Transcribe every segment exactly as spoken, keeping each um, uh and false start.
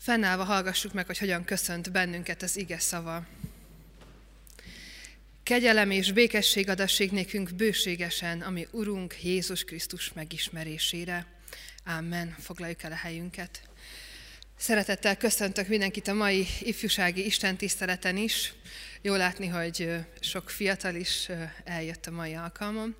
Fennállva hallgassuk meg, hogy hogyan köszönt bennünket az ige szava. Kegyelem és békesség adassék nékünk bőségesen, ami Urunk Jézus Krisztus megismerésére. Ámen. Foglaljuk el a helyünket. Szeretettel köszöntök mindenkit a mai ifjúsági istentiszteleten is. Jó látni, hogy sok fiatal is eljött a mai alkalmon.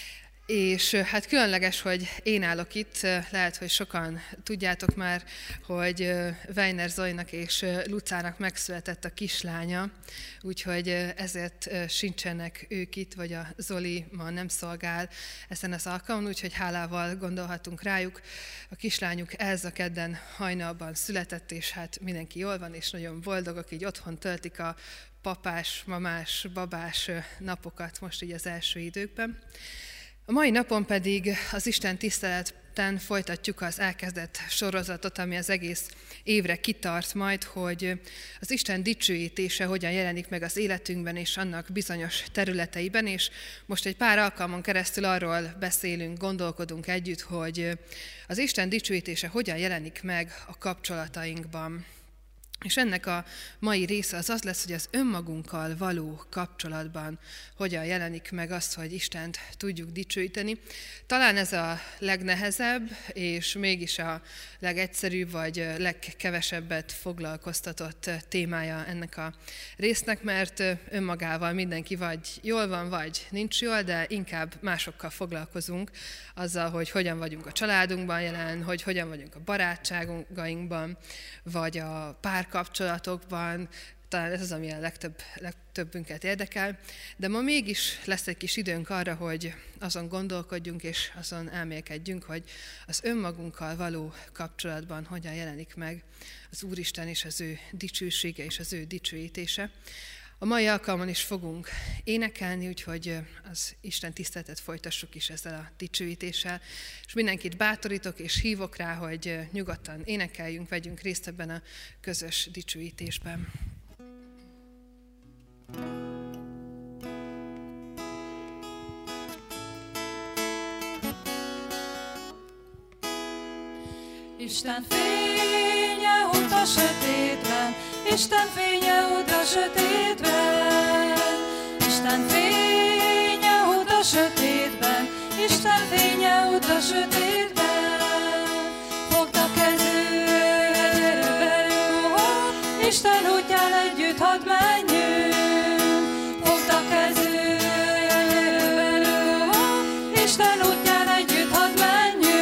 És hát különleges, hogy én állok itt, lehet, hogy sokan tudjátok már, hogy Weiner Zolinak és Lucának megszületett a kislánya, úgyhogy ezért sincsenek ők itt, vagy a Zoli ma nem szolgál ezen az alkalmon, úgyhogy hálával gondolhatunk rájuk. A kislányuk Elza kedden hajnalban született, és hát mindenki jól van, és nagyon boldogok, így otthon töltik a papás, mamás, babás napokat most így az első időkben. A mai napon pedig az Isten tiszteleten folytatjuk az elkezdett sorozatot, ami az egész évre kitart majd, hogy az Isten dicsőítése hogyan jelenik meg az életünkben és annak bizonyos területeiben, és most egy pár alkalmon keresztül arról beszélünk, gondolkodunk együtt, hogy az Isten dicsőítése hogyan jelenik meg a kapcsolatainkban. És ennek a mai része az az lesz, hogy az önmagunkkal való kapcsolatban hogyan jelenik meg azt, hogy Istent tudjuk dicsőíteni. Talán ez a legnehezebb, és mégis a legegyszerűbb, vagy legkevesebbet foglalkoztatott témája ennek a résznek, mert önmagával mindenki vagy jól van, vagy nincs jól, de inkább másokkal foglalkozunk, azzal, hogy hogyan vagyunk a családunkban jelen, hogy hogyan vagyunk a barátságainkban, vagy a párkapcsolatokban, talán ez az, ami a legtöbb, legtöbbünket érdekel, de ma mégis lesz egy kis időnk arra, hogy azon gondolkodjunk és azon elmélkedjünk, hogy az önmagunkkal való kapcsolatban hogyan jelenik meg az Úristen és az ő dicsősége és az ő dicsőítése. A mai alkalmon is fogunk énekelni, úgyhogy az Isten tiszteletet folytassuk is ezzel a dicsőítéssel, és mindenkit bátorítok és hívok rá, hogy nyugodtan énekeljünk, vegyünk részt ebben a közös dicsőítésben. Isten fénye húz a sötétben, Isten fénye húz a sötétben, Isten fénye húz a sötétben, Isten fénye húz a sötétben. Fogd a kezünkbe, gyere velünk, Isten útján együtt hadd menjünk. Fogd a kezünkbe, gyere velünk, Isten útján együtt hadd menjünk.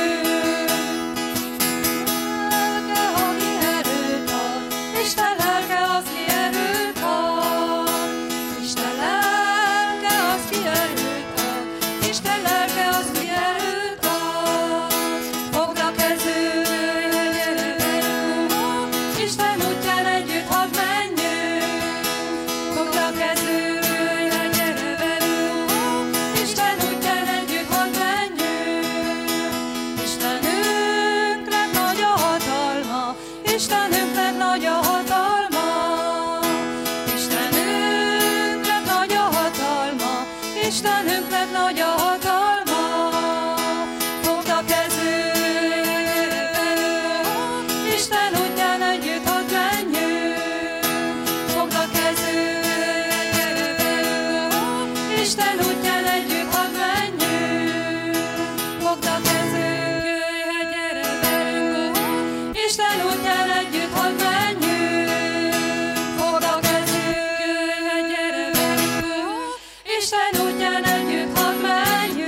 Isten lelke az, ki erőt ad, Isten lelke az, ki erőt ad, Isten lelke az, ki erőt ad. Fogd a kezünkbe, gyere velünk, Isten útján együtt hadd menjünk. Fogd a kezünkbe, gyere velünk, Isten útján együtt hadd menjünk. Istenünknek nagy a hatalma, Istenünknek nagy a hatalma. Istenünknek nagy a hatalma. Fogd a kezünkbe, Isten útján együtt hadd menjünk. Fogd a kezünkbe, Isten útján együtt hadd menjünk. Fogd a kezünkbe, gyere velünk, Isten útján együtt hadd menjünk. Fogd a kezünkbe, gyere velünk, Isten útján együtt hadd menjünk.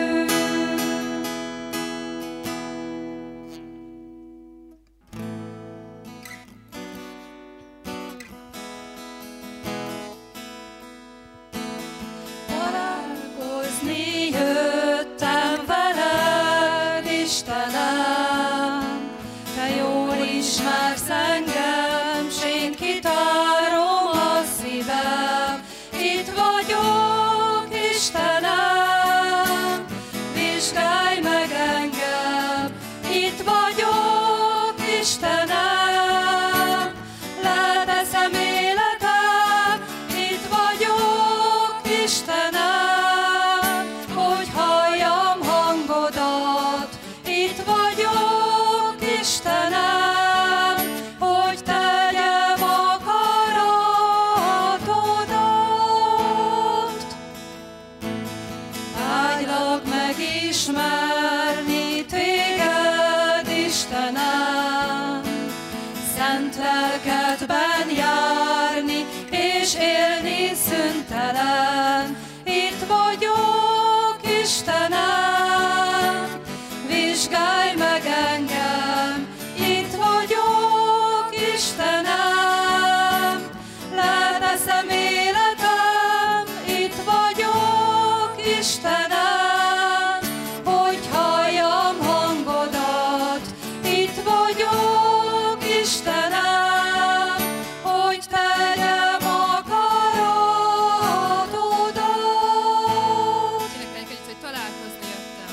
Találkozni jöttem veled, Istenem, te jól ismersz engem, s én kitárom a szívem. Itt vagyok, Istenem, vizsgálj meg engem. Itt vagyok, Istenem, leteszem életem. Itt vagyok, Istenem, hogy halljam hangodat. Itt vagyok, Istenem, hogy szent lelkedben járni, és élni szüntelen. Itt vagyok, Istenem, vizsgálj meg engem, itt vagyok, Istenem, leteszem életem, itt vagyok, Istenem, hogy halljam hangodat, itt vagyok, Istenem, hogy tegyem akaratodat. Énekeljük együtt, hogy találkozni jöttem.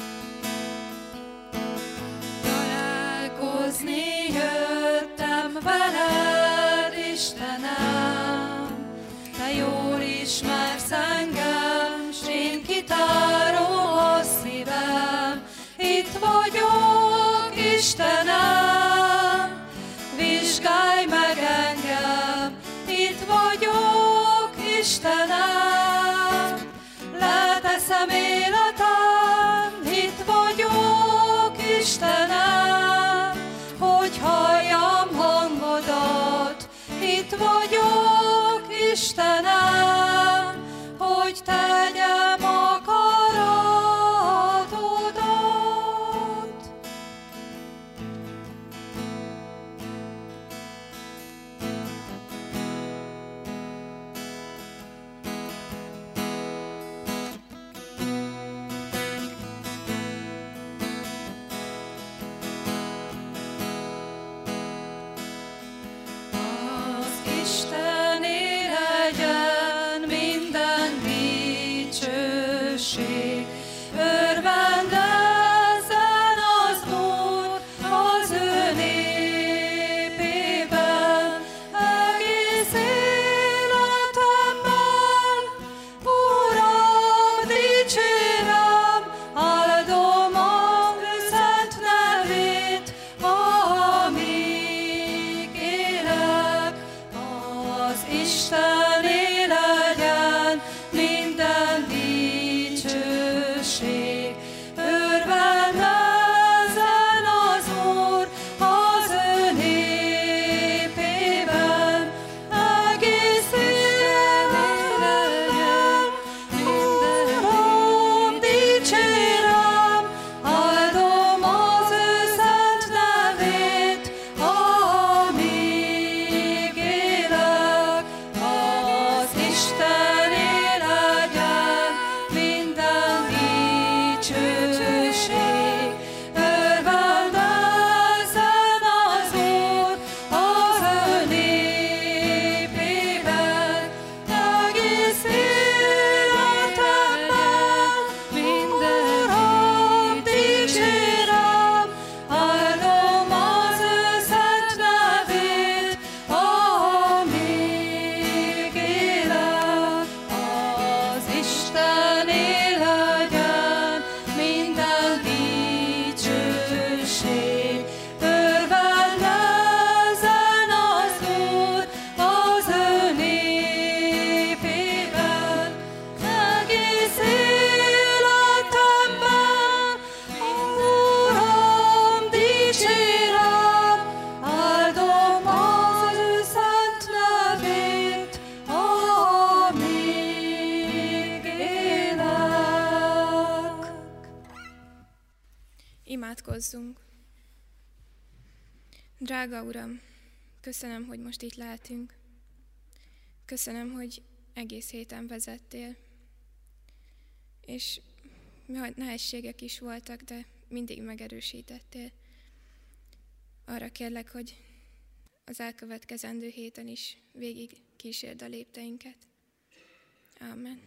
Találkozni jöttem veled, Istenem, te jól ismersz engem, s én kitárom a szívem. Itt vagyok, Istenem, vizsgálj meg engem, itt vagyok, Istenem, leteszem életem, itt vagyok, Istenem, hogy halljam hangodat, itt vagyok, Istenem, hogy tegyem akaratodat. Az Istené legyen minden dicsőség, örvendezzen az Úr az ő népében, egész életemben. Uram, dicsérem, áldom az ő szent nevét, amíg élek. Az Istené legyen minden dicsőség, örvendezzen az Úr az ő népében, egész életemben. Uram, dicsérem, áldom az ő szent nevét, amíg élek. Az Istené legyen minden dicsőség, örvendezzen az Úr az ő népében, egész életemben. Uram, dicsérem, áldom az ő szent nevét, amíg élek. Az Istené legyen minden dicsőség, örvendezzen az Úr az ő népében, egész életemben. Uram, dicsérem, áldom az ő szent nevét, amíg élek. Imádkozzunk! Drága Uram, köszönöm, hogy most itt lehetünk. Köszönöm, hogy egész héten vezettél. És nehézségek is voltak, de mindig megerősítettél. Arra kérlek, hogy az elkövetkezendő héten is végig kísérd a lépteinket. Ámen.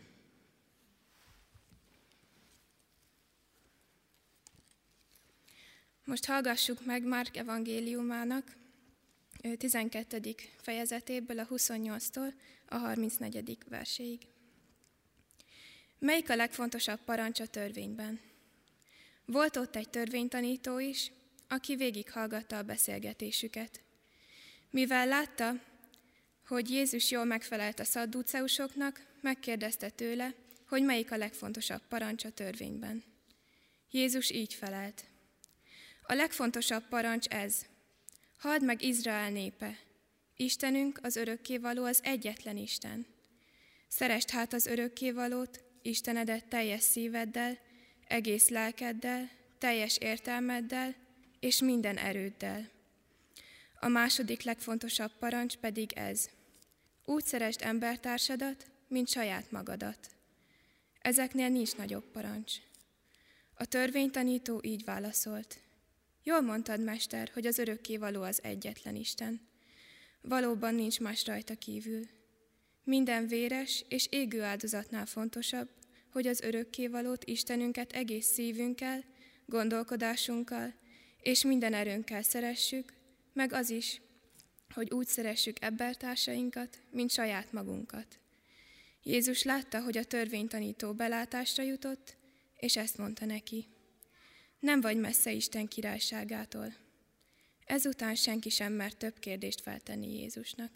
Most hallgassuk meg Márk evangéliumának tizenkettedik fejezetéből a huszonnyolctól a harmincnegyedik verséig. Melyik a legfontosabb parancs a törvényben? Volt ott egy törvénytanító is, aki végighallgatta a beszélgetésüket. Mivel látta, hogy Jézus jól megfelelt a szadduceusoknak, megkérdezte tőle, hogy melyik a legfontosabb parancs a törvényben. Jézus így felelt. A legfontosabb parancs ez. Halld meg Izrael népe! Istenünk, az örökkévaló, az egyetlen Isten. Szeresd hát az örökkévalót, Istenedet teljes szíveddel, egész lelkeddel, teljes értelmeddel és minden erőddel. A második legfontosabb parancs pedig ez. Úgy szeresd embertársadat, mint saját magadat. Ezeknél nincs nagyobb parancs. A törvénytanító így válaszolt. Jól mondtad, mester, hogy az örökkévaló az egyetlen Isten. Valóban nincs más rajta kívül. Minden véres és égő áldozatnál fontosabb, hogy az örökkévalót, Istenünket egész szívünkkel, gondolkodásunkkal és minden erőnkkel szeressük, meg az is, hogy úgy szeressük embertársainkat, mint saját magunkat. Jézus látta, hogy a törvénytanító belátásra jutott, és ezt mondta neki. Nem vagy messze Isten királyságától. Ezután senki sem mert több kérdést feltenni Jézusnak.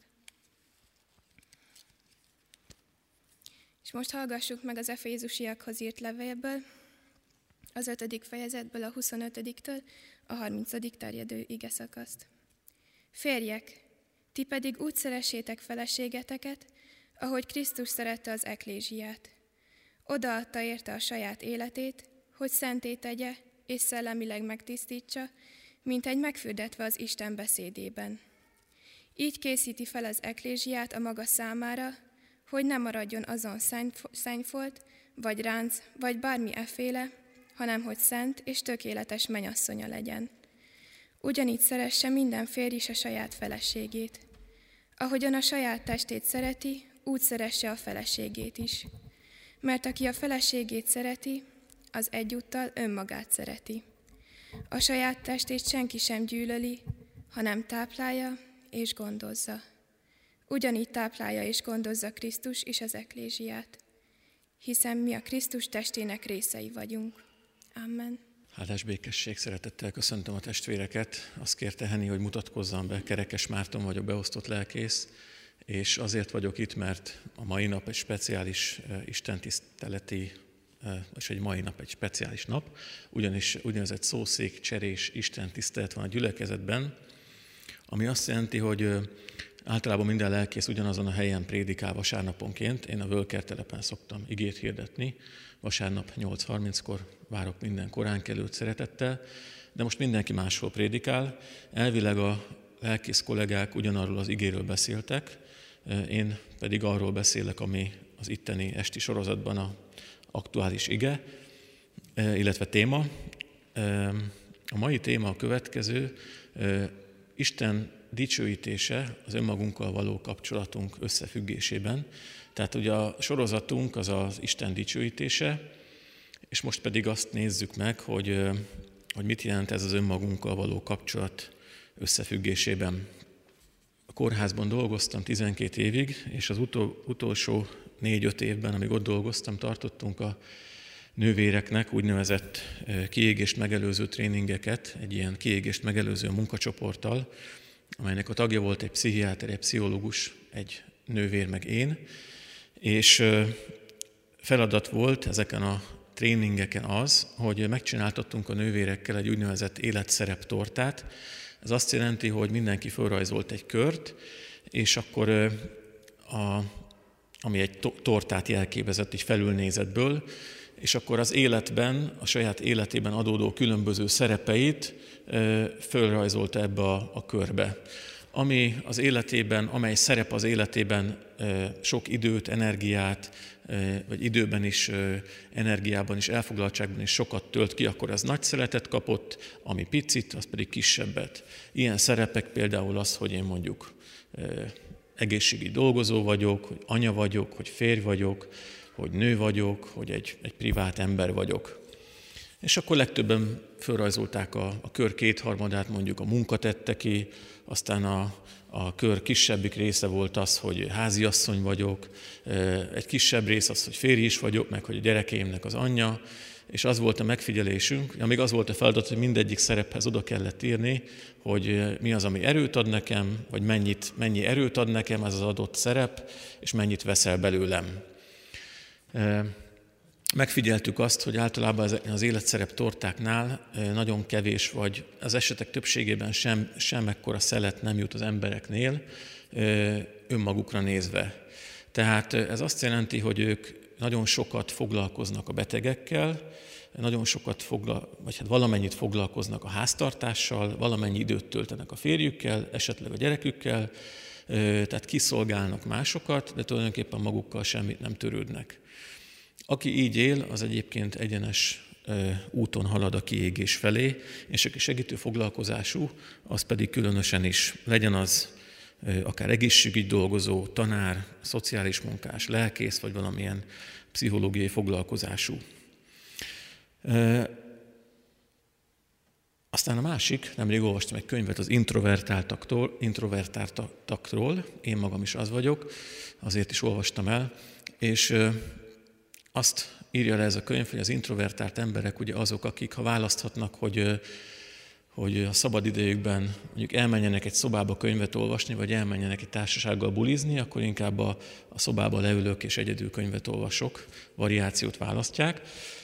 És most hallgassuk meg az Efézusiakhoz írt levélből, az ötödik fejezetből a huszonötödiktől a harmincadig terjedő igeszakaszt. Férjek, ti pedig úgy szeressétek feleségeteket, ahogy Krisztus szerette az eklézsiát. Odaadta érte a saját életét, hogy szenté tegye és szellemileg megtisztítsa, mint egy megfürdetve az Isten beszédében. Így készíti fel az eklézsiát a maga számára, hogy ne maradjon azon szennyfolt, vagy ránc, vagy bármi efféle, hanem hogy szent és tökéletes menyasszonya legyen. Ugyanígy szeresse minden férj is a saját feleségét. Ahogyan a saját testét szereti, úgy szeresse a feleségét is. Mert aki a feleségét szereti, az egyúttal önmagát szereti. A saját testét senki sem gyűlöli, hanem táplálja és gondozza. Ugyanígy táplálja és gondozza Krisztus is az eklézsiát, hiszen mi a Krisztus testének részei vagyunk. Amen. Áldás békesség, szeretettel köszöntöm a testvéreket. Azt kérte Henny, hogy mutatkozzam be, Kerekes Márton vagyok, beosztott lelkész, és azért vagyok itt, mert a mai nap egy speciális istentiszteleti, és egy mai nap egy speciális nap, ugyanis úgynevezett szószék cserés istentisztelet van a gyülekezetben, ami azt jelenti, hogy általában minden lelkész ugyanazon a helyen prédikál vasárnaponként. Én a Völker telepen szoktam igét hirdetni, vasárnap nyolc harminckor várok minden koránkelőt szeretettel, de most mindenki máshol prédikál. Elvileg a lelkész kollégák ugyanarról az igéről beszéltek, én pedig arról beszélek, ami az itteni esti sorozatban a aktuális ige, illetve téma. A mai téma a következő, Isten dicsőítése az önmagunkkal való kapcsolatunk összefüggésében. Tehát ugye a sorozatunk az az Isten dicsőítése, és most pedig azt nézzük meg, hogy, hogy mit jelent ez az önmagunkkal való kapcsolat összefüggésében. A kórházban dolgoztam tizenkét évig, és az utol, utolsó négy-öt évben, amíg ott dolgoztam, tartottunk a nővéreknek úgynevezett kiégést megelőző tréningeket, egy ilyen kiégést megelőző munkacsoporttal, amelynek a tagja volt egy pszichiáter, egy pszichológus, egy nővér meg én, és feladat volt ezeken a tréningeken az, hogy megcsináltattunk a nővérekkel egy úgynevezett életszereptortát. Ez azt jelenti, hogy mindenki felrajzolt egy kört, és akkor a, ami egy tortát jelképezett, egy felülnézetből, és akkor az életben, a saját életében adódó különböző szerepeit fölrajzolta ebbe a, a körbe. Ami az életében, amely szerep az életében sok időt, energiát, vagy időben is, energiában is, elfoglaltságban is sokat tölt ki, akkor az nagy szeretet kapott, ami picit, az pedig kisebbet. Ilyen szerepek például az, hogy én mondjuk egészségügyi dolgozó vagyok, hogy anya vagyok, hogy férj vagyok, hogy nő vagyok, hogy egy, egy privát ember vagyok. És akkor legtöbben fölrajzolták a, a kör kétharmadát, mondjuk a munka tette ki, aztán a, a kör kisebbik része volt az, hogy háziasszony vagyok, egy kisebb rész az, hogy férj is vagyok, meg hogy a gyerekeimnek az anyja, és az volt a megfigyelésünk, amíg az volt a feladat, hogy mindegyik szerephez oda kellett írni, hogy mi az, ami erőt ad nekem, vagy mennyit, mennyi erőt ad nekem ez az adott szerep, és mennyit veszel belőlem. megfigyeltük azt, hogy általában az életszerep tortáknál nagyon kevés, vagy az esetek többségében sem, sem ekkora szelet nem jut az embereknél önmagukra nézve. Tehát ez azt jelenti, hogy ők nagyon sokat foglalkoznak a betegekkel, nagyon sokat foglal, vagy hát valamennyit foglalkoznak a háztartással, valamennyi időt töltenek a férjükkel, esetleg a gyerekükkel, tehát kiszolgálnak másokat, de tulajdonképpen magukkal semmit nem törődnek. Aki így él, az egyébként egyenes úton halad a kiégés felé, és aki segítő foglalkozású, az pedig különösen is legyen az akár egészségügy dolgozó, tanár, szociális munkás, lelkész, vagy valamilyen pszichológiai foglalkozású. Aztán a másik, nemrég olvastam egy könyvet az introvertáltaktól, introvertáltakról, én magam is az vagyok, azért is olvastam el, és azt írja le ez a könyv, hogy az introvertált emberek ugye azok, akik ha választhatnak, hogy, hogy a szabad idejükben mondjuk elmenjenek egy szobába könyvet olvasni, vagy elmenjenek egy társasággal bulizni, akkor inkább a, a szobába leülök és egyedül könyvet olvasok, variációt választják.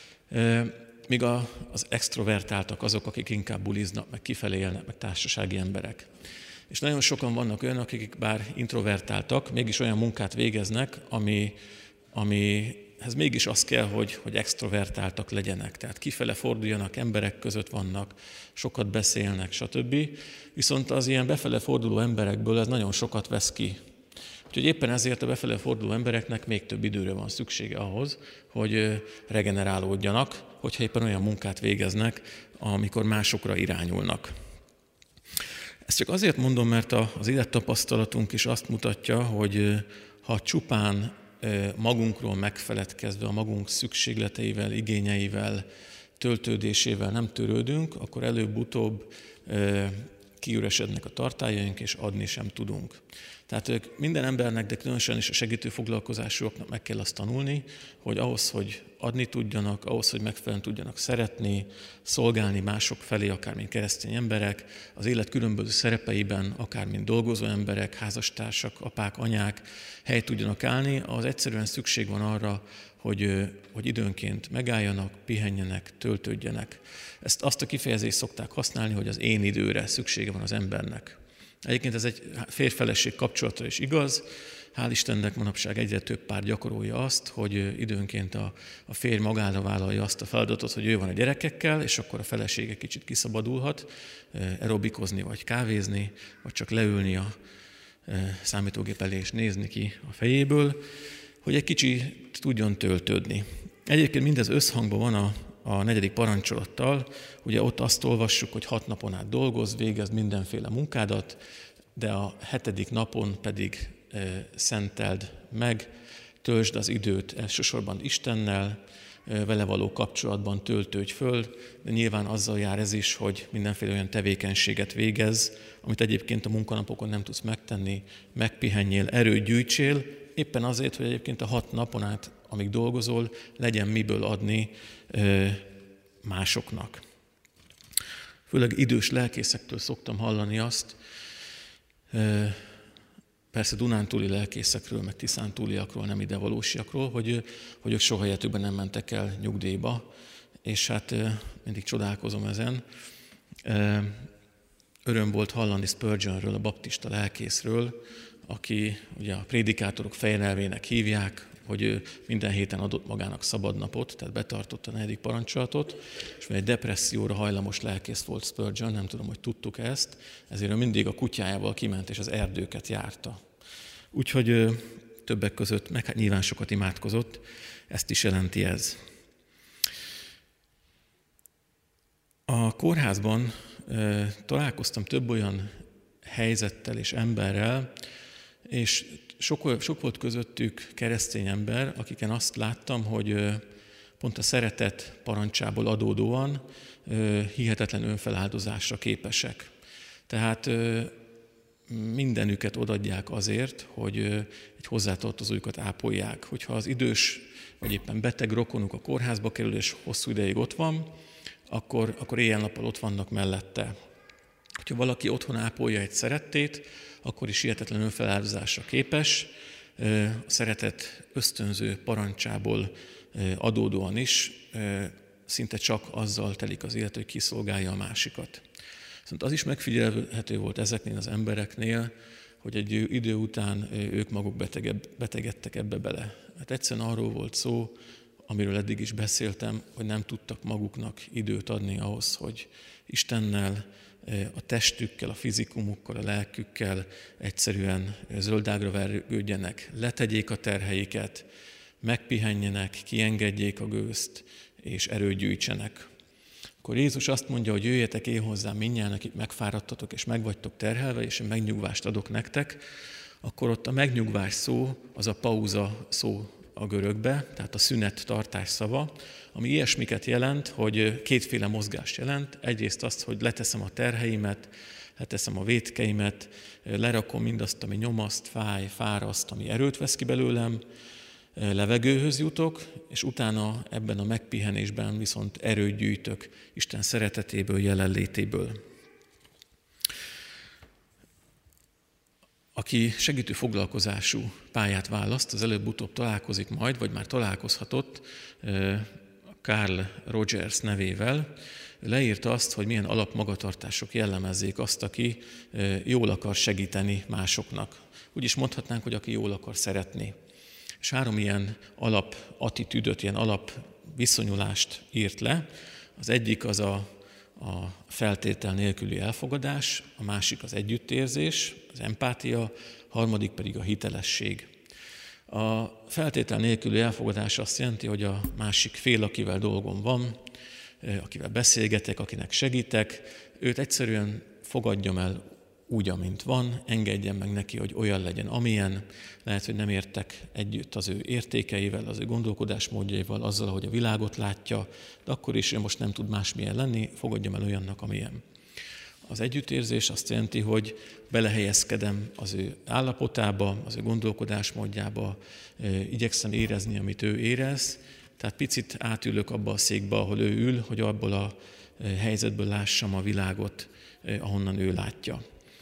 Míg a, az extrovertáltak azok, akik inkább buliznak, meg kifelé élnek, meg társasági emberek. És nagyon sokan vannak olyanok, akik bár introvertáltak, mégis olyan munkát végeznek, ami, amihez mégis az kell, hogy, hogy extrovertáltak legyenek. Tehát kifele forduljanak, emberek között vannak, sokat beszélnek, stb. Viszont az ilyen befele forduló emberekből ez nagyon sokat vesz ki. Úgyhogy éppen ezért a befele forduló embereknek még több időre van szüksége ahhoz, hogy regenerálódjanak, hogyha éppen olyan munkát végeznek, amikor másokra irányulnak. Ezt csak azért mondom, mert az élettapasztalatunk is azt mutatja, hogy ha csupán magunkról megfeledkezve, a magunk szükségleteivel, igényeivel, töltődésével nem törődünk, akkor előbb-utóbb kiüresednek a tartályaink, és adni sem tudunk. Tehát minden embernek, de különösen is a segítő foglalkozásúaknak meg kell azt tanulni, hogy ahhoz, hogy adni tudjanak, ahhoz, hogy megfelelően tudjanak szeretni, szolgálni mások felé, akár mint keresztény emberek, az élet különböző szerepeiben, akár mint dolgozó emberek, házastársak, apák, anyák, helyt tudjanak állni, az egyszerűen szükség van arra, hogy, hogy időnként megálljanak, pihenjenek, töltődjenek. Ezt azt a kifejezést szokták használni, hogy az én időre szüksége van az embernek. Egyébként ez egy férj-feleség kapcsolatra is igaz. Hál' Istennek manapság egyre több pár gyakorolja azt, hogy időnként a, a férj magára vállalja azt a feladatot, hogy ő van a gyerekekkel, és akkor a felesége kicsit kiszabadulhat, aerobikozni vagy kávézni, vagy csak leülni a számítógép elé és nézni ki a fejéből, hogy egy kicsit tudjon töltődni. Egyébként mindez összhangban van a a negyedik parancsolattal, ugye ott azt olvassuk, hogy hat napon át dolgozz, végezd mindenféle munkádat, de a hetedik napon pedig e, szenteld meg, töltsd az időt elsősorban Istennel, e, vele való kapcsolatban töltődj föl, de nyilván azzal jár ez is, hogy mindenféle olyan tevékenységet végezz, amit egyébként a munkanapokon nem tudsz megtenni, megpihenjél, erőt gyűjtsél, éppen azért, hogy egyébként a hat napon át, amíg dolgozol, legyen miből adni másoknak. Főleg idős lelkészektől szoktam hallani azt, persze dunántúli lelkészekről, meg tiszántúliakról, nem idevalósiakról, hogy, hogy ők soha életükben nem mentek el nyugdíjba, és hát mindig csodálkozom ezen. Öröm volt hallani Spurgeonről, a baptista lelkészről, aki ugye a prédikátorok fejedelmének hívják, hogy ő minden héten adott magának szabadnapot, tehát betartotta a negyedik parancsolatot, és egy depresszióra hajlamos lelkész volt Spurgeon, nem tudom, hogy tudtuk ezt, ezért ő mindig a kutyájával kiment és az erdőket járta. Úgyhogy többek között, meg hát nyilván sokat imádkozott, ezt is jelenti ez. A kórházban találkoztam több olyan helyzettel és emberrel, és sok, sok volt közöttük keresztény ember, akiken azt láttam, hogy pont a szeretet parancsából adódóan hihetetlen önfeláldozásra képesek. Tehát mindenüket odadják azért, hogy egy hozzátartozójukat ápolják. Hogyha az idős vagy éppen beteg rokonuk a kórházba kerül, és hosszú ideig ott van, akkor, akkor éjjel-nappal ott vannak mellette. Ha valaki otthon ápolja egy szerettét, akkor is hihetetlen önfeláldozásra képes, a szeretet ösztönző parancsából adódóan is szinte csak azzal telik az élet, hogy kiszolgálja a másikat. Viszont az is megfigyelhető volt ezeknél az embereknél, hogy egy idő után ők maguk betegebb, betegedtek ebbe bele. Hát egyszerűen arról volt szó, amiről eddig is beszéltem, hogy nem tudtak maguknak időt adni ahhoz, hogy Istennel, a testükkel, a fizikumukkal, a lelkükkel egyszerűen zöldágra vergődjenek, letegyék a terheiket, megpihenjenek, kiengedjék a gőzt, és erőt gyűjtsenek. Akkor Jézus azt mondja, hogy jöjjetek én hozzám mindnyájan, akik megfáradtatok és megvagytok terhelve, és én megnyugvást adok nektek, akkor ott a megnyugvás szó, az a pauza szó a görögbe, tehát a szünet tartás szava, ami ilyesmiket jelent, hogy kétféle mozgást jelent. Egyrészt azt, hogy leteszem a terheimet, leteszem a vétkeimet, lerakom mindazt, ami nyomaszt, fáj, fáraszt, ami erőt vesz ki belőlem, levegőhöz jutok, és utána ebben a megpihenésben viszont erőt gyűjtök Isten szeretetéből, jelenlétéből. Aki segítő foglalkozású pályát választ, az előbb-utóbb találkozik majd, vagy már találkozhatott Carl Rogers nevével. Leírta azt, hogy milyen alapmagatartások jellemezzék azt, aki jól akar segíteni másoknak. Úgy is mondhatnánk, hogy aki jól akar szeretni. És három ilyen alapattitűdöt, ilyen alapviszonyulást írt le. Az egyik az a, a feltétel nélküli elfogadás, a másik az együttérzés, az empátia, a harmadik pedig a hitelesség. A feltétel nélküli elfogadás azt jelenti, hogy a másik fél, akivel dolgom van, akivel beszélgetek, akinek segítek, őt egyszerűen fogadjam el úgy, amint van, engedjem meg neki, hogy olyan legyen, amilyen. Lehet, hogy nem értek együtt az ő értékeivel, az ő gondolkodásmódjaival, azzal, ahogy a világot látja, de akkor is ő most nem tud másmilyen lenni, fogadjam el olyannak, amilyen. Az együttérzés azt jelenti, hogy belehelyezkedem az ő állapotába, az ő gondolkodásmódjába, igyekszem érezni, amit ő érez, tehát picit átülök abba a székbe, ahol ő ül, hogy abból a helyzetből lássam a világot, ahonnan ő látja.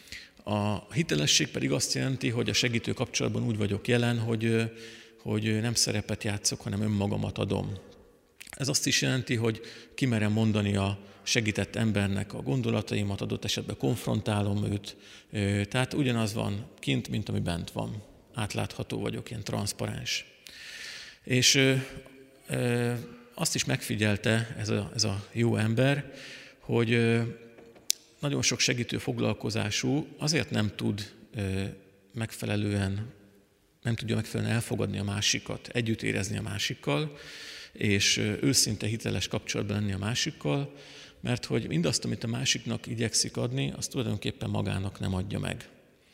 A hitelesség pedig azt jelenti, hogy a segítő kapcsolatban úgy vagyok jelen, hogy, hogy nem szerepet játszok, hanem önmagamat adom. Ez azt is jelenti, hogy kimerem mondani a segített embernek a gondolataimat, adott esetben konfrontálom őt. Tehát ugyanaz van kint, mint ami bent van. Átlátható vagyok, ilyen transzparens. És azt is megfigyelte ez a, ez a jó ember, hogy nagyon sok segítő foglalkozású azért nem tud megfelelően, nem tudja megfelelően elfogadni a másikat, együtt érezni a másikkal, és őszinte hiteles kapcsolatban lenni a másikkal, mert hogy mindazt, amit a másiknak igyekszik adni, azt tulajdonképpen magának nem adja meg.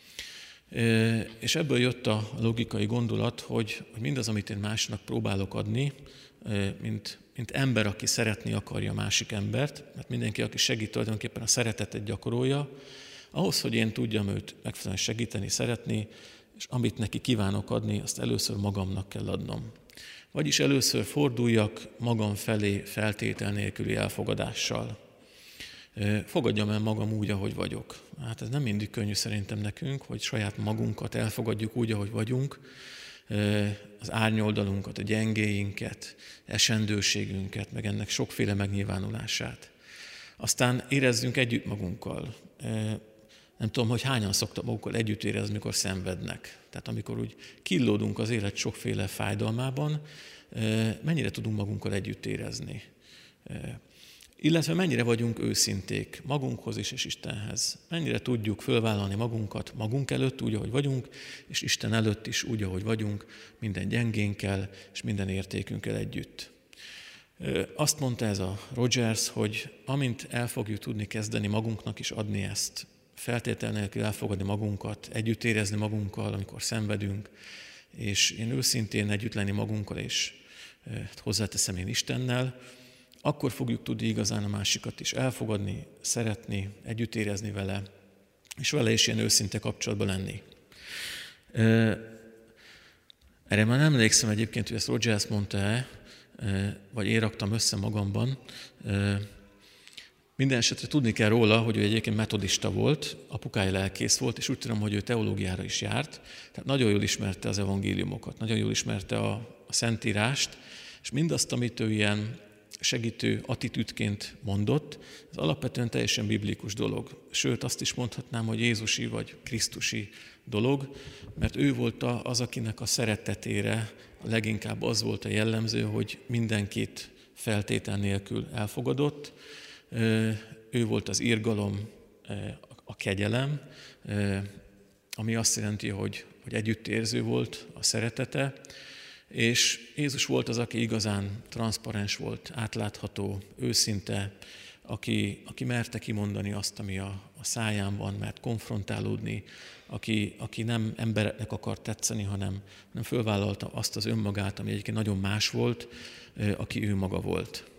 És ebből jött a logikai gondolat, hogy mindaz, amit én másnak próbálok adni, mint, mint ember, aki szeretni akarja a másik embert, mert mindenki, aki segít, tulajdonképpen a szeretetet gyakorolja, ahhoz, hogy én tudjam őt megfelelően segíteni, szeretni, és amit neki kívánok adni, azt először magamnak kell adnom. Vagyis először forduljak magam felé feltétel nélküli elfogadással. Fogadjam el magam úgy, ahogy vagyok. Hát ez nem mindig könnyű szerintem nekünk, hogy saját magunkat elfogadjuk úgy, ahogy vagyunk, az árnyoldalunkat, a gyengéinket, esendőségünket, meg ennek sokféle megnyilvánulását. Aztán érezzünk együtt magunkkal. Nem tudom, hogy hányan szoktak magukkal együtt érezni, mikor szenvednek. Tehát amikor úgy killódunk az élet sokféle fájdalmában, mennyire tudunk magunkkal együtt érezni. Illetve mennyire vagyunk őszinték magunkhoz is és Istenhez. Mennyire tudjuk fölvállalni magunkat magunk előtt úgy, ahogy vagyunk, és Isten előtt is úgy, ahogy vagyunk, minden gyengénkkel és minden értékünkkel együtt. Azt mondta ez a Rogers, hogy amint el fogjuk tudni kezdeni magunknak is adni ezt, feltétel nélkül elfogadni magunkat, együtt érezni magunkkal, amikor szenvedünk, és én őszintén együtt lenni magunkkal, és hozzáteszem én Istennel, akkor fogjuk tudni igazán a másikat is elfogadni, szeretni, együtt érezni vele, és vele is ilyen őszinte kapcsolatban lenni. Erre már nem emlékszem egyébként, hogy ezt Rogers mondta-e, vagy én raktam össze magamban. Minden esetre tudni kell róla, hogy ő egyébként metodista volt, apukája lelkész volt, és úgy tudom, hogy ő teológiára is járt, tehát nagyon jól ismerte az evangéliumokat, nagyon jól ismerte a, a Szentírást, És mindazt, amit ő ilyen segítő attitűdként mondott, ez alapvetően teljesen biblikus dolog. Sőt, azt is mondhatnám, hogy Jézusi vagy Krisztusi dolog, mert ő volt az, akinek a szeretetére leginkább az volt a jellemző, hogy mindenkit feltétel nélkül elfogadott. Ő volt az irgalom, a kegyelem, ami azt jelenti, hogy, hogy együttérző volt a szeretete, és Jézus volt az, aki igazán transzparens volt, átlátható, őszinte, aki, aki merte kimondani azt, ami a, a száján van, mert konfrontálódni, aki, aki nem embereknek akart tetszeni, hanem, hanem fölvállalta azt az önmagát, ami egyébként nagyon más volt, aki ő maga volt.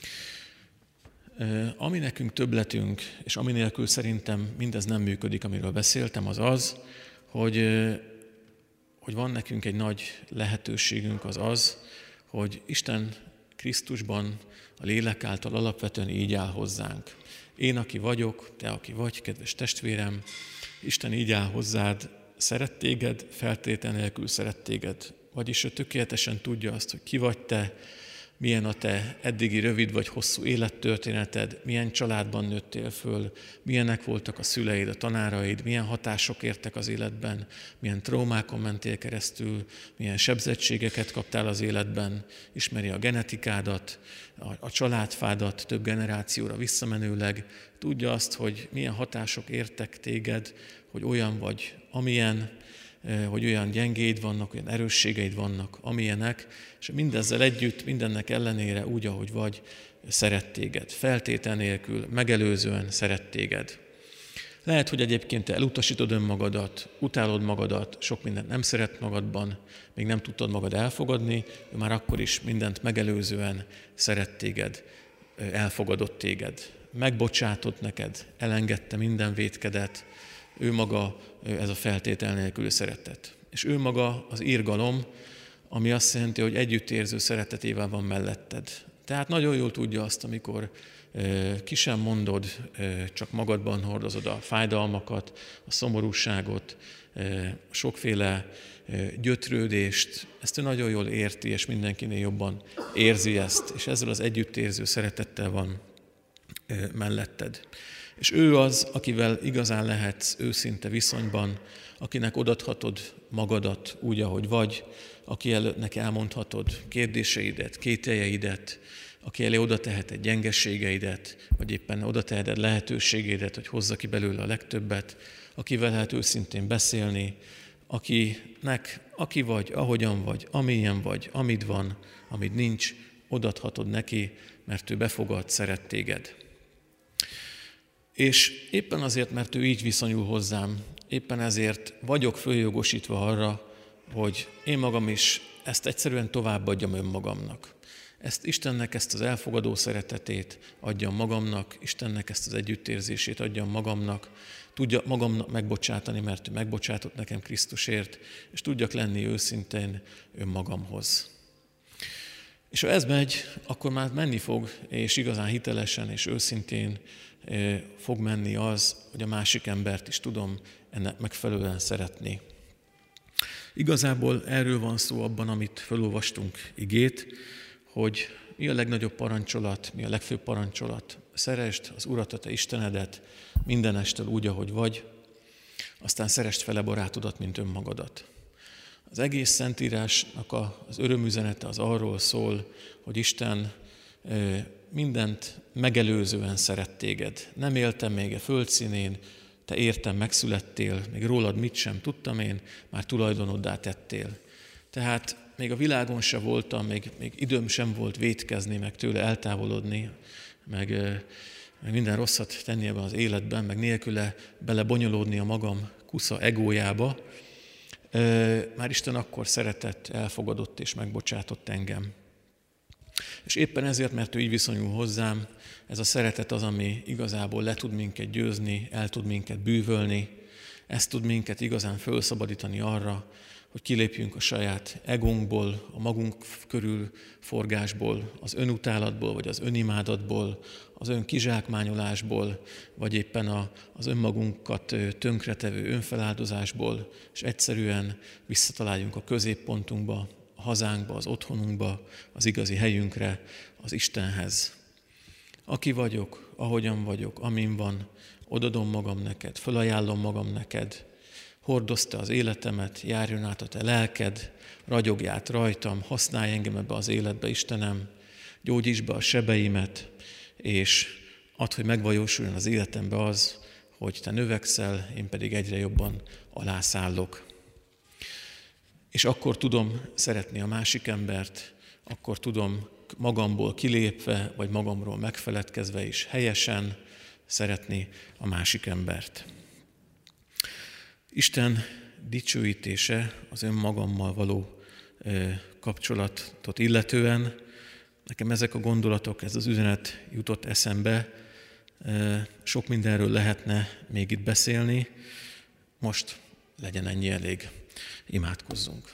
Ami nekünk többletünk, és ami nélkül szerintem mindez nem működik, amiről beszéltem, az az, hogy, hogy van nekünk egy nagy lehetőségünk, az az, hogy Isten Krisztusban a lélek által alapvetően így áll hozzánk. Én, aki vagyok, te, aki vagy, kedves testvérem, Isten így áll hozzád, szeret téged, feltétel nélkül szeret téged. Vagyis ő tökéletesen tudja azt, hogy ki vagy te, milyen a te eddigi rövid vagy hosszú élettörténeted, milyen családban nőttél föl, milyenek voltak a szüleid, a tanáraid, milyen hatások értek az életben, milyen traumákon mentél keresztül, milyen sebzettségeket kaptál az életben, ismeri a genetikádat, a, a családfádat több generációra visszamenőleg, tudja azt, hogy milyen hatások értek téged, hogy olyan vagy, amilyen, hogy olyan gyengéid vannak, olyan erősségeid vannak, amilyenek, és mindezzel együtt, mindennek ellenére úgy, ahogy vagy, szeret téged. Feltétel nélkül, megelőzően szeret téged. Lehet, hogy egyébként te elutasítod önmagadat, utálod magadat, sok mindent nem szeret magadban, még nem tudtad magad elfogadni, ő már akkor is mindent megelőzően szeret téged, elfogadott téged. Megbocsátott neked, elengedte minden vétkedet, ő maga ez a feltétel nélküli szeretet. És ő maga az irgalom, ami azt jelenti, hogy együttérző szeretetével van melletted. Tehát nagyon jól tudja azt, amikor ki sem mondod, csak magadban hordozod a fájdalmakat, a szomorúságot, sokféle gyötrődést. Ezt ő nagyon jól érti, és mindenkinél jobban érzi ezt, és ezzel az együttérző szeretettel van melletted. És ő az, akivel igazán lehetsz őszinte viszonyban, akinek odaadhatod magadat úgy, ahogy vagy, aki előttnek elmondhatod kérdéseidet, kételjeidet, aki elé oda teheted gyengességeidet, vagy éppen oda teheted lehetőségeidet, hogy hozza ki belőle a legtöbbet, akivel lehet őszintén beszélni, akinek, aki vagy, ahogyan vagy, amilyen vagy, amid van, amid nincs, odaadhatod neki, mert ő befogad, szeret téged. És éppen azért, mert ő így viszonyul hozzám, éppen ezért vagyok följogosítva arra, hogy én magam is ezt egyszerűen továbbadjam önmagamnak. Ezt Istennek ezt az elfogadó szeretetét adjam magamnak, Istennek ezt az együttérzését adjam magamnak, tudja magamnak megbocsátani, mert ő megbocsátott nekem Krisztusért, és tudjak lenni őszintén önmagamhoz. És ha ez megy, akkor már menni fog, és igazán hitelesen és őszintén fog menni az, hogy a másik embert is tudom ennek megfelelően szeretni. Igazából erről van szó abban, amit felolvastunk igét, hogy mi a legnagyobb parancsolat, mi a legfőbb parancsolat. Szeresd az Urat, a te Istenedet mindenestől úgy, ahogy vagy, aztán szeresd fele barátodat, mint önmagadat. Az egész Szentírásnak az örömüzenete az arról szól, hogy Isten mindent megelőzően szeret téged. Nem éltem még a földszínén, te értem megszülettél, még rólad mit sem tudtam én, már tulajdonoddá tettél. Tehát még a világon se voltam, még, még időm sem volt vétkezni, meg tőle eltávolodni, meg, meg minden rosszat tenni ebben az életben, meg nélküle belebonyolódni a magam kusza egójába. Már Isten akkor szeretett, elfogadott és megbocsátott engem. És éppen ezért, mert ő így viszonyul hozzám, ez a szeretet az, ami igazából le tud minket győzni, el tud minket bűvölni, ez tud minket igazán felszabadítani arra, hogy kilépjünk a saját egónkból, a magunk körül forgásból, az önutálatból, vagy az önimádatból, az önkizsákmányolásból, vagy éppen a, az önmagunkat tönkretevő önfeláldozásból, és egyszerűen visszataláljunk a középpontunkba, a hazánkba, az otthonunkba, az igazi helyünkre, az Istenhez. Aki vagyok, ahogyan vagyok, amin van, odadom magam neked, fölajánlom magam neked, hordozd te az életemet, járjon át a te lelked, ragyogj át rajtam, használj engem ebbe az életbe, Istenem, gyógyítsd be a sebeimet, és add, hogy megvalósuljon az életembe az, hogy te növekszel, én pedig egyre jobban alászállok. És akkor tudom szeretni a másik embert, akkor tudom magamból kilépve, vagy magamról megfeledkezve is helyesen szeretni a másik embert. Isten dicsőítése az önmagammal való kapcsolatot illetően, nekem ezek a gondolatok, ez az üzenet jutott eszembe, sok mindenről lehetne még itt beszélni, most legyen ennyi elég, imádkozzunk.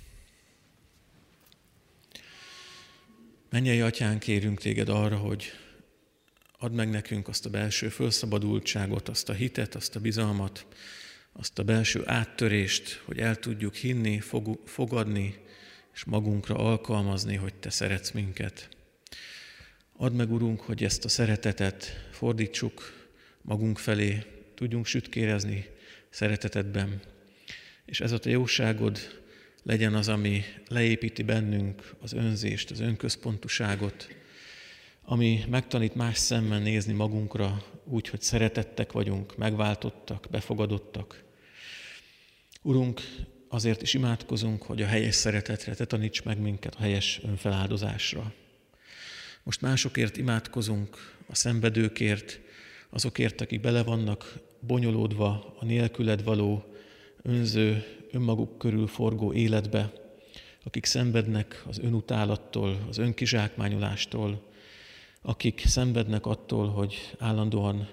Mennyei Atyánk, kérünk téged arra, hogy add meg nekünk azt a belső fölszabadultságot, azt a hitet, azt a bizalmat, azt a belső áttörést, hogy el tudjuk hinni, fogadni, és magunkra alkalmazni, hogy te szeretsz minket. Add meg, Urunk, hogy ezt a szeretetet fordítsuk magunk felé, tudjunk sütkérezni szeretetedben, és ez a te jóságod legyen az, ami leépíti bennünk az önzést, az önközpontuságot, ami megtanít más szemmel nézni magunkra úgy, hogy szeretettek vagyunk, megváltottak, befogadottak. Urunk, azért is imádkozunk, hogy a helyes szeretetre te taníts meg minket, a helyes önfeláldozásra. Most másokért imádkozunk, a szenvedőkért, azokért, akik bele vannak bonyolódva a nélküled való, önző, önmaguk körül forgó életbe, akik szenvednek az önutálattól, az önkizsákmányolástól, akik szenvednek attól, hogy állandóan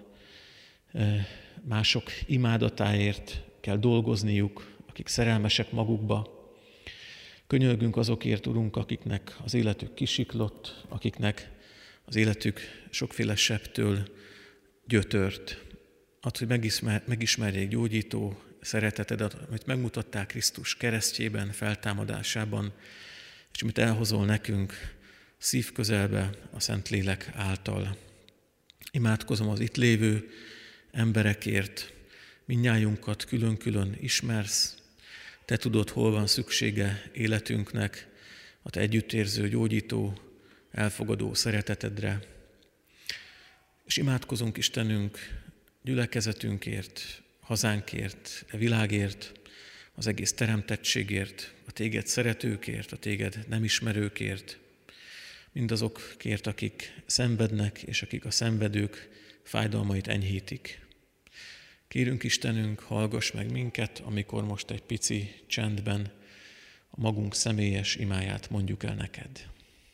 mások imádatáért kell dolgozniuk, akik szerelmesek magukba. Könyörgünk azokért, Urunk, akiknek az életük kisiklott, akiknek az életük sokféle sebtől gyötört. Add, hogy megismer, megismerjék gyógyító szeretetedet, amit megmutattál Krisztus keresztjében, feltámadásában, és amit elhozol nekünk szívközelbe a Szentlélek által. Imádkozom az itt lévő emberekért, mindnyájunkat külön-külön ismersz, te tudod, hol van szüksége életünknek, a te együttérző, gyógyító, elfogadó szeretetedre. És imádkozunk, Istenünk, gyülekezetünkért, hazánkért, a világért, az egész teremtettségért, a téged szeretőkért, a téged nem ismerőkért, mindazokért, akik szenvednek, és akik a szenvedők fájdalmait enyhítik. Kérünk, Istenünk, hallgass meg minket, amikor most egy pici csendben a magunk személyes imáját mondjuk el neked.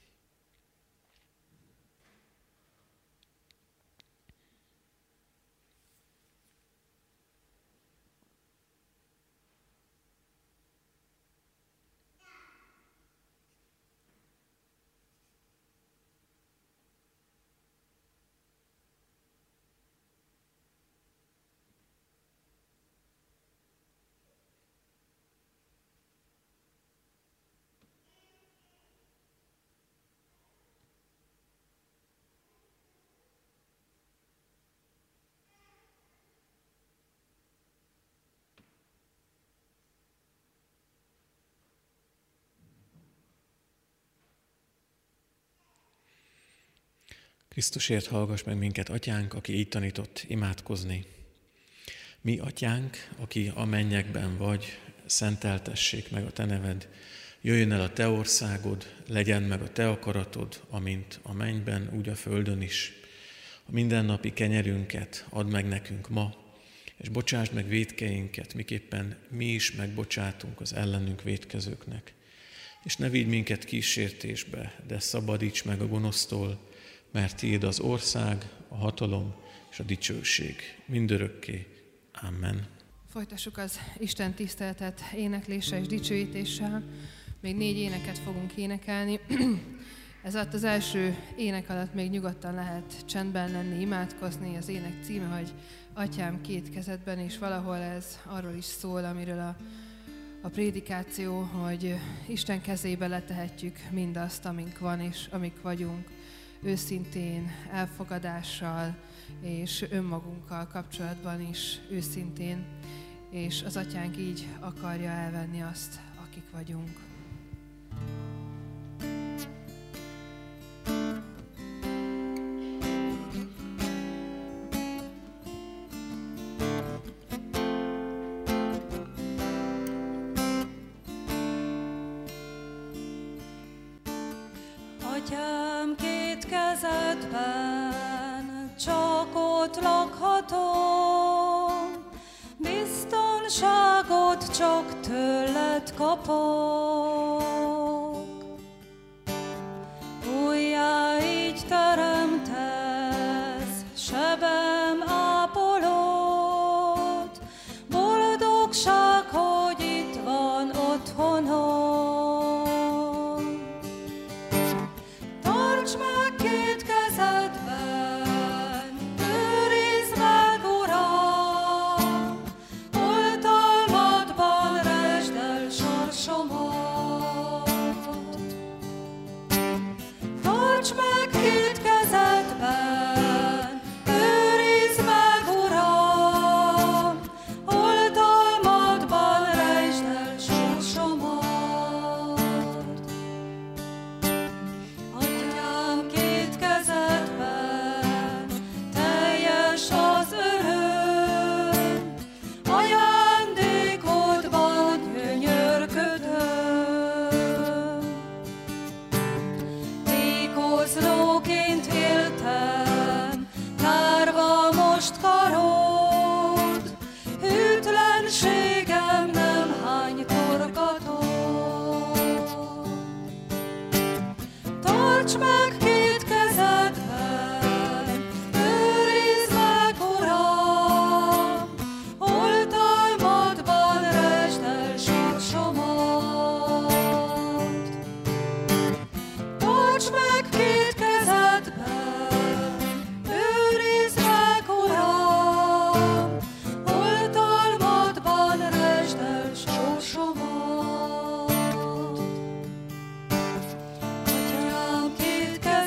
Krisztusért hallgass meg minket, Atyánk, aki így tanított imádkozni. Mi, Atyánk, aki a mennyekben vagy, szenteltessék meg a te neved, jöjjön el a te országod, legyen meg a te akaratod, amint a mennyben, úgy a földön is. A mindennapi kenyerünket add meg nekünk ma, és bocsásd meg vétkeinket, miképpen mi is megbocsátunk az ellenünk vétkezőknek. És ne vigy minket kísértésbe, de szabadíts meg a gonosztól, mert tiéd az ország, a hatalom és a dicsőség mindörökké. Amen. Folytassuk az Isten tiszteletet énekléssel és dicsőítéssel. Még négy éneket fogunk énekelni. Ez alatt az első ének alatt még nyugodtan lehet csendben lenni, imádkozni. Az ének címe, hogy Atyám két kezedben, és valahol ez arról is szól, amiről a a prédikáció, hogy Isten kezébe letehetjük mindazt, amink van és amik vagyunk, őszintén, elfogadással és önmagunkkal kapcsolatban is őszintén, és az Atyánk így akarja elvenni azt, akik vagyunk. Atyám, két kezedben csak ott lakhatom, biztonságot csak tőled kapok. Újjá így teremtesz, sebem ápolod, boldogság, hogy itt van otthonom. Tarts meg két kezedben, őrizd meg, Uram, oltalmadban resd el sorsomat. Tarts meg két kezedben, őrizd meg, Uram, oltalmadban resd el sorsomat. Atyám, két kezedben teljes az öröm, ajándékodban gyönyörködöm. Tékozlóként éltem, tárva most karod, hűtlenségem nem hány torkatot. Tarts meg két kezedben, őrizd meg, Uram, oltalmadban resd el sorsomat. Tarts meg két kezedben, őrizd meg, Uram, oltalmadban resd el sorsomat. Atyám, két kezedben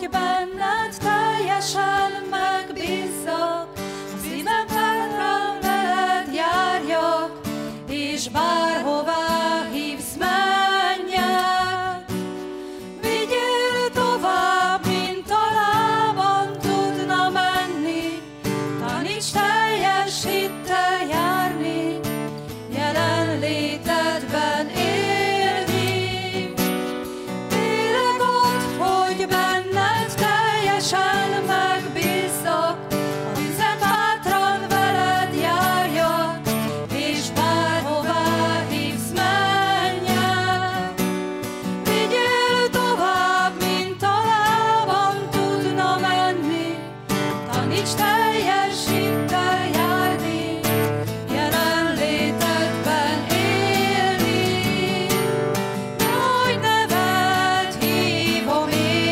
hogy benned teljesen megbízzak, a szívem felrám veled járjak, és bárhová hívsz, menjek. Vigyél tovább, mint a lábam tudna menni, taníts teljes hittel járni, jelenlétedben élni. Élek ott, hogy benned teljesen megbízzak, a vizet hátran veled járjak, és bárhová hívsz, menjek. Vigyél tovább, mint a lábam tudna menni, taníts teljes hittel járni, jelenlétedben élni. Nagy nevet hívom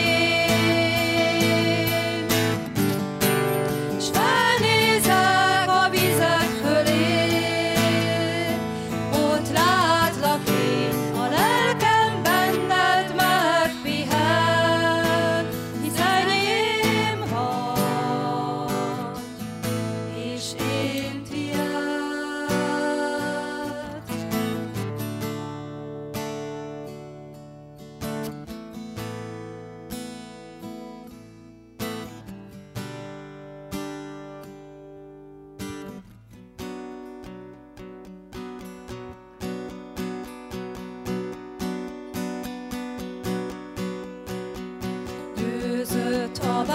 én, s felnézek a vizek fölé, ott látlak én, a lelkem benned megpihen, hisz enyém vagy, és én tiéd. Győzött a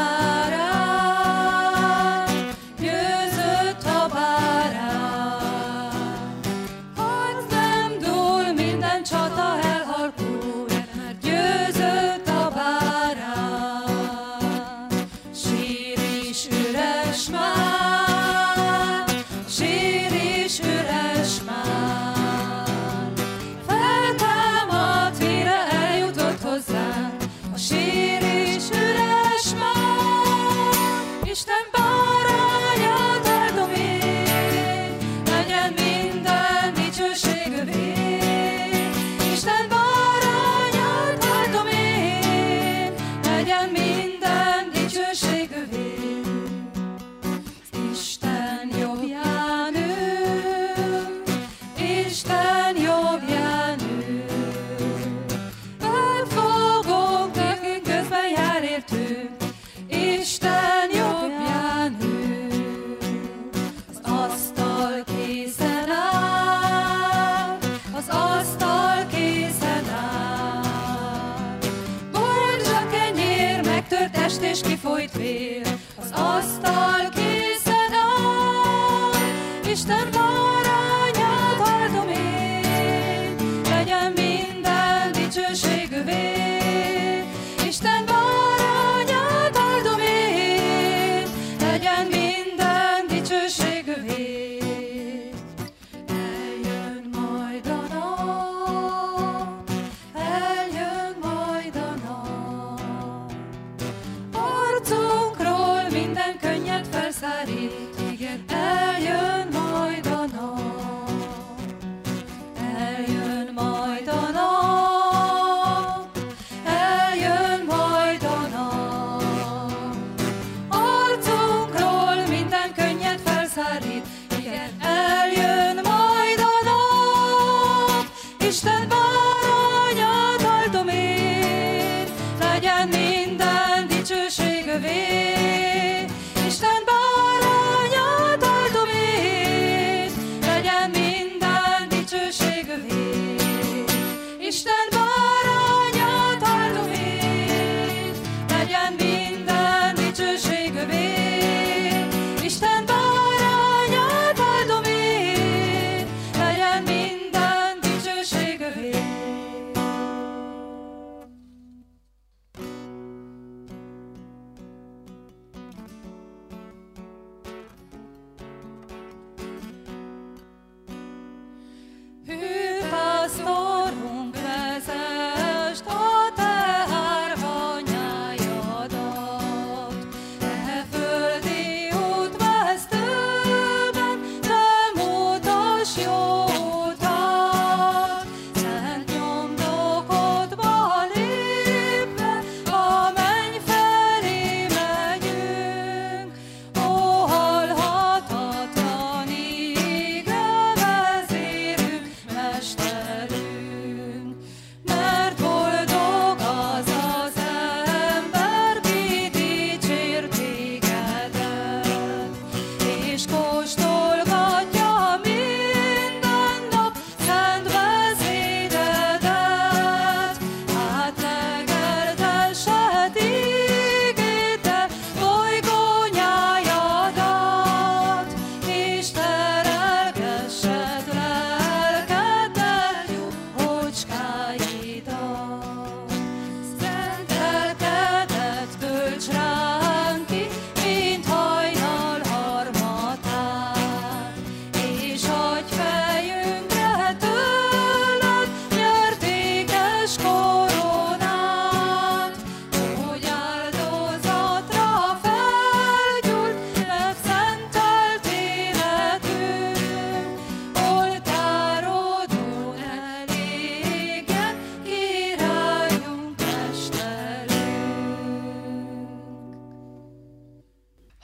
bárány, győzött a bárány. Harc nem dúl, minden csata elhalkul, mert győzött a bárány. Sír is üres már, sír is üres már. Feltámadt, mire eljutott hozzánk, a sír is üres már. Isten bárányát áldom én, legyen minden dicsőség övé. Isten bárányát áldom én, legyen minden dicsőség övé. Isten jobbján ül, Isten jobbján ül. Megfogunk, nekünk közben jár értünk, Isten jobbján ül. Az asztal készen áll, az asztal készen áll. Borondzsa kenyér, megtört test és kifolyt vér, az asztal készen áll. Isten bárányát áldom én, legyen minden dicsőség övé. Isten bárányát áldom én, legyen minden dicsőség övé. Eljön majd a nap, eljön majd a nap. Arcunkról minden könnyet felszárít, igen, eljön majd a nap. Eljön majd a nap, eljön majd a nap. Arcunkról minden könnyet felszárít, igen, eljön majd a nap. Isten bárányát áldom én, legyen minden dicsőség övé. Isten bárányát áldom én, legyen minden dicsőség övé. Isten bárányát áldom én, legyen minden dicsőség övé. Isten bárányát áldom én, legyen minden dicsőség övé. Hűpásztorunk, vezesd a te árvanyájadat, e földi útvesztőben, te mutass jó utat. Szent nyomdokodba lépve, a menny felé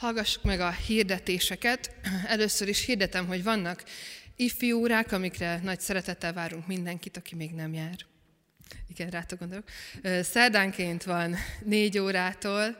Hallgassuk meg a hirdetéseket. Először is hirdetem, hogy vannak ifjú órák, amikre nagy szeretettel várunk mindenkit, aki még nem jár. Igen, rátok gondolok. Szerdánként van négy órától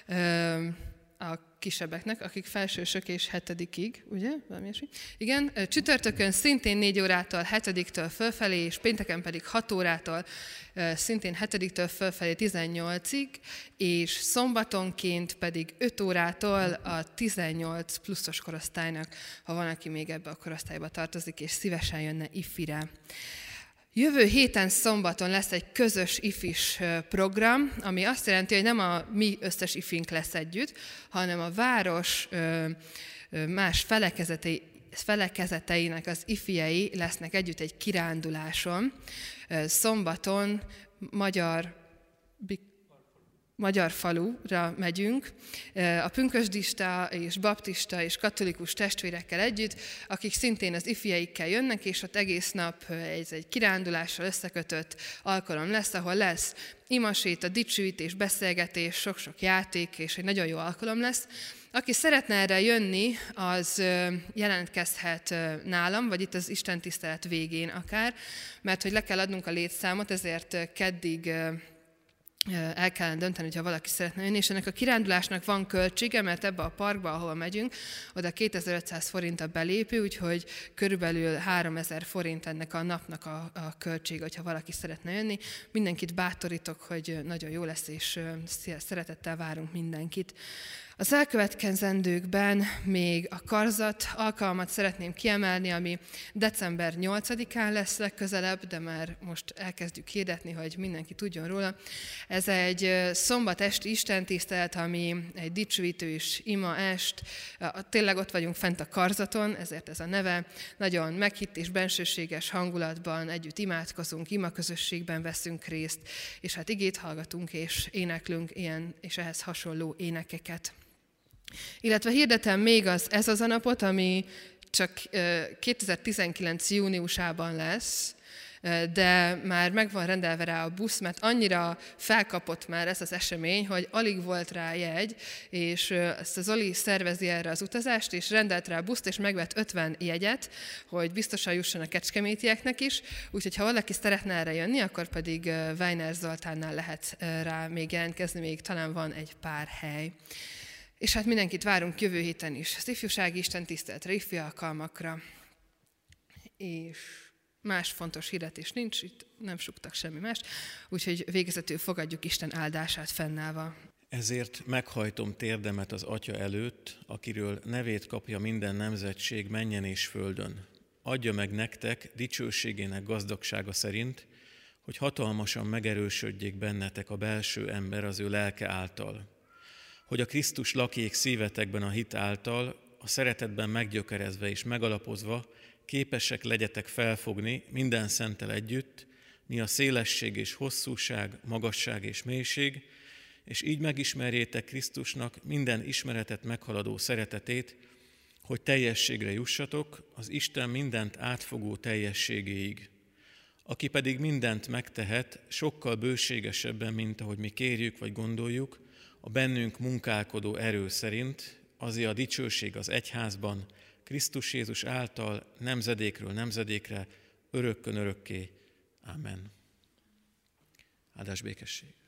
a kisebbeknek, akik felsősök és hetedikig, ugye? Valami ilyesmi. Igen, csütörtökön szintén négy órától hetediktől fölfelé, és pénteken pedig hat órától szintén hetediktől fölfelé tizennyolcig, és szombatonként pedig öt órától a tizennyolc pluszos korosztálynak, ha van, aki még ebbe a korosztályba tartozik, és szívesen jönne ifire. Jövő héten szombaton lesz egy közös ifis program, ami azt jelenti, hogy nem a mi összes ifink lesz együtt, hanem a város más felekezetei, felekezeteinek az ifjei lesznek együtt egy kiránduláson. Szombaton magyar, magyar falura megyünk, a pünkösdista és baptista és katolikus testvérekkel együtt, akik szintén az ifjeikkel jönnek, és ott egész nap ez egy kirándulással összekötött alkalom lesz, ahol lesz imaséta, dicsőítés, beszélgetés, sok-sok játék, és egy nagyon jó alkalom lesz. Aki szeretne erre jönni, az jelentkezhet nálam, vagy itt az istentisztelet végén akár, mert hogy le kell adnunk a létszámot, ezért keddig el kellene dönteni, hogyha valaki szeretne jönni, és ennek a kirándulásnak van költsége, mert ebbe a parkba, ahol megyünk, oda kétezer-ötszáz forint a belépő, úgyhogy körülbelül háromezer forint ennek a napnak a, a költsége, hogyha valaki szeretne jönni. Mindenkit bátorítok, hogy nagyon jó lesz, és szeretettel várunk mindenkit. Az elkövetkezendőkben még a karzat alkalmat szeretném kiemelni, ami december nyolcadikán lesz legközelebb, de már most elkezdjük hirdetni, hogy mindenki tudjon róla. Ez egy szombat esti istentisztelet, ami egy dicsőítő és ima est. Tényleg ott vagyunk fent a karzaton, ezért ez a neve. Nagyon meghitt és bensőséges hangulatban együtt imádkozunk, imaközösségben veszünk részt, és hát igét hallgatunk és éneklünk ilyen és ehhez hasonló énekeket. Illetve hirdetem még az Ez az a napot, ami csak kétezer-tizenkilenc júniusában lesz, de már meg van rendelve rá a busz, mert annyira felkapott már ez az esemény, hogy alig volt rá jegy, és ezt az Zoli szervezi erre az utazást, és rendelt rá a buszt, és megvett ötven jegyet, hogy biztosan jusson a kecskemétieknek is, úgyhogy ha valaki szeretne erre jönni, akkor pedig Weiner Zoltánnál lehet rá még jelentkezni, még talán van egy pár hely. És hát mindenkit várunk jövő héten is az ifjúsági istentiszteletre, ifjú alkalmakra, és más fontos hirdetés nincs, itt nem suktak semmi mást, úgyhogy végezetül fogadjuk Isten áldását fennállva. Ezért meghajtom térdemet az Atya előtt, akiről nevét kapja minden nemzetség mennyen és földön. Adja meg nektek dicsőségének gazdagsága szerint, hogy hatalmasan megerősödjék bennetek a belső ember az ő lelke által, hogy a Krisztus lakjék szívetekben a hit által, a szeretetben meggyökerezve és megalapozva, képesek legyetek felfogni minden szenttel együtt, mi a szélesség és hosszúság, magasság és mélység, és így megismerjétek Krisztusnak minden ismeretet meghaladó szeretetét, hogy teljességre jussatok, az Isten mindent átfogó teljességéig. Aki pedig mindent megtehet, sokkal bőségesebben, mint ahogy mi kérjük vagy gondoljuk, a bennünk munkálkodó erő szerint, azért a dicsőség az egyházban, Krisztus Jézus által nemzedékről nemzedékre, örökkön örökké. Amen. Áldás békesség.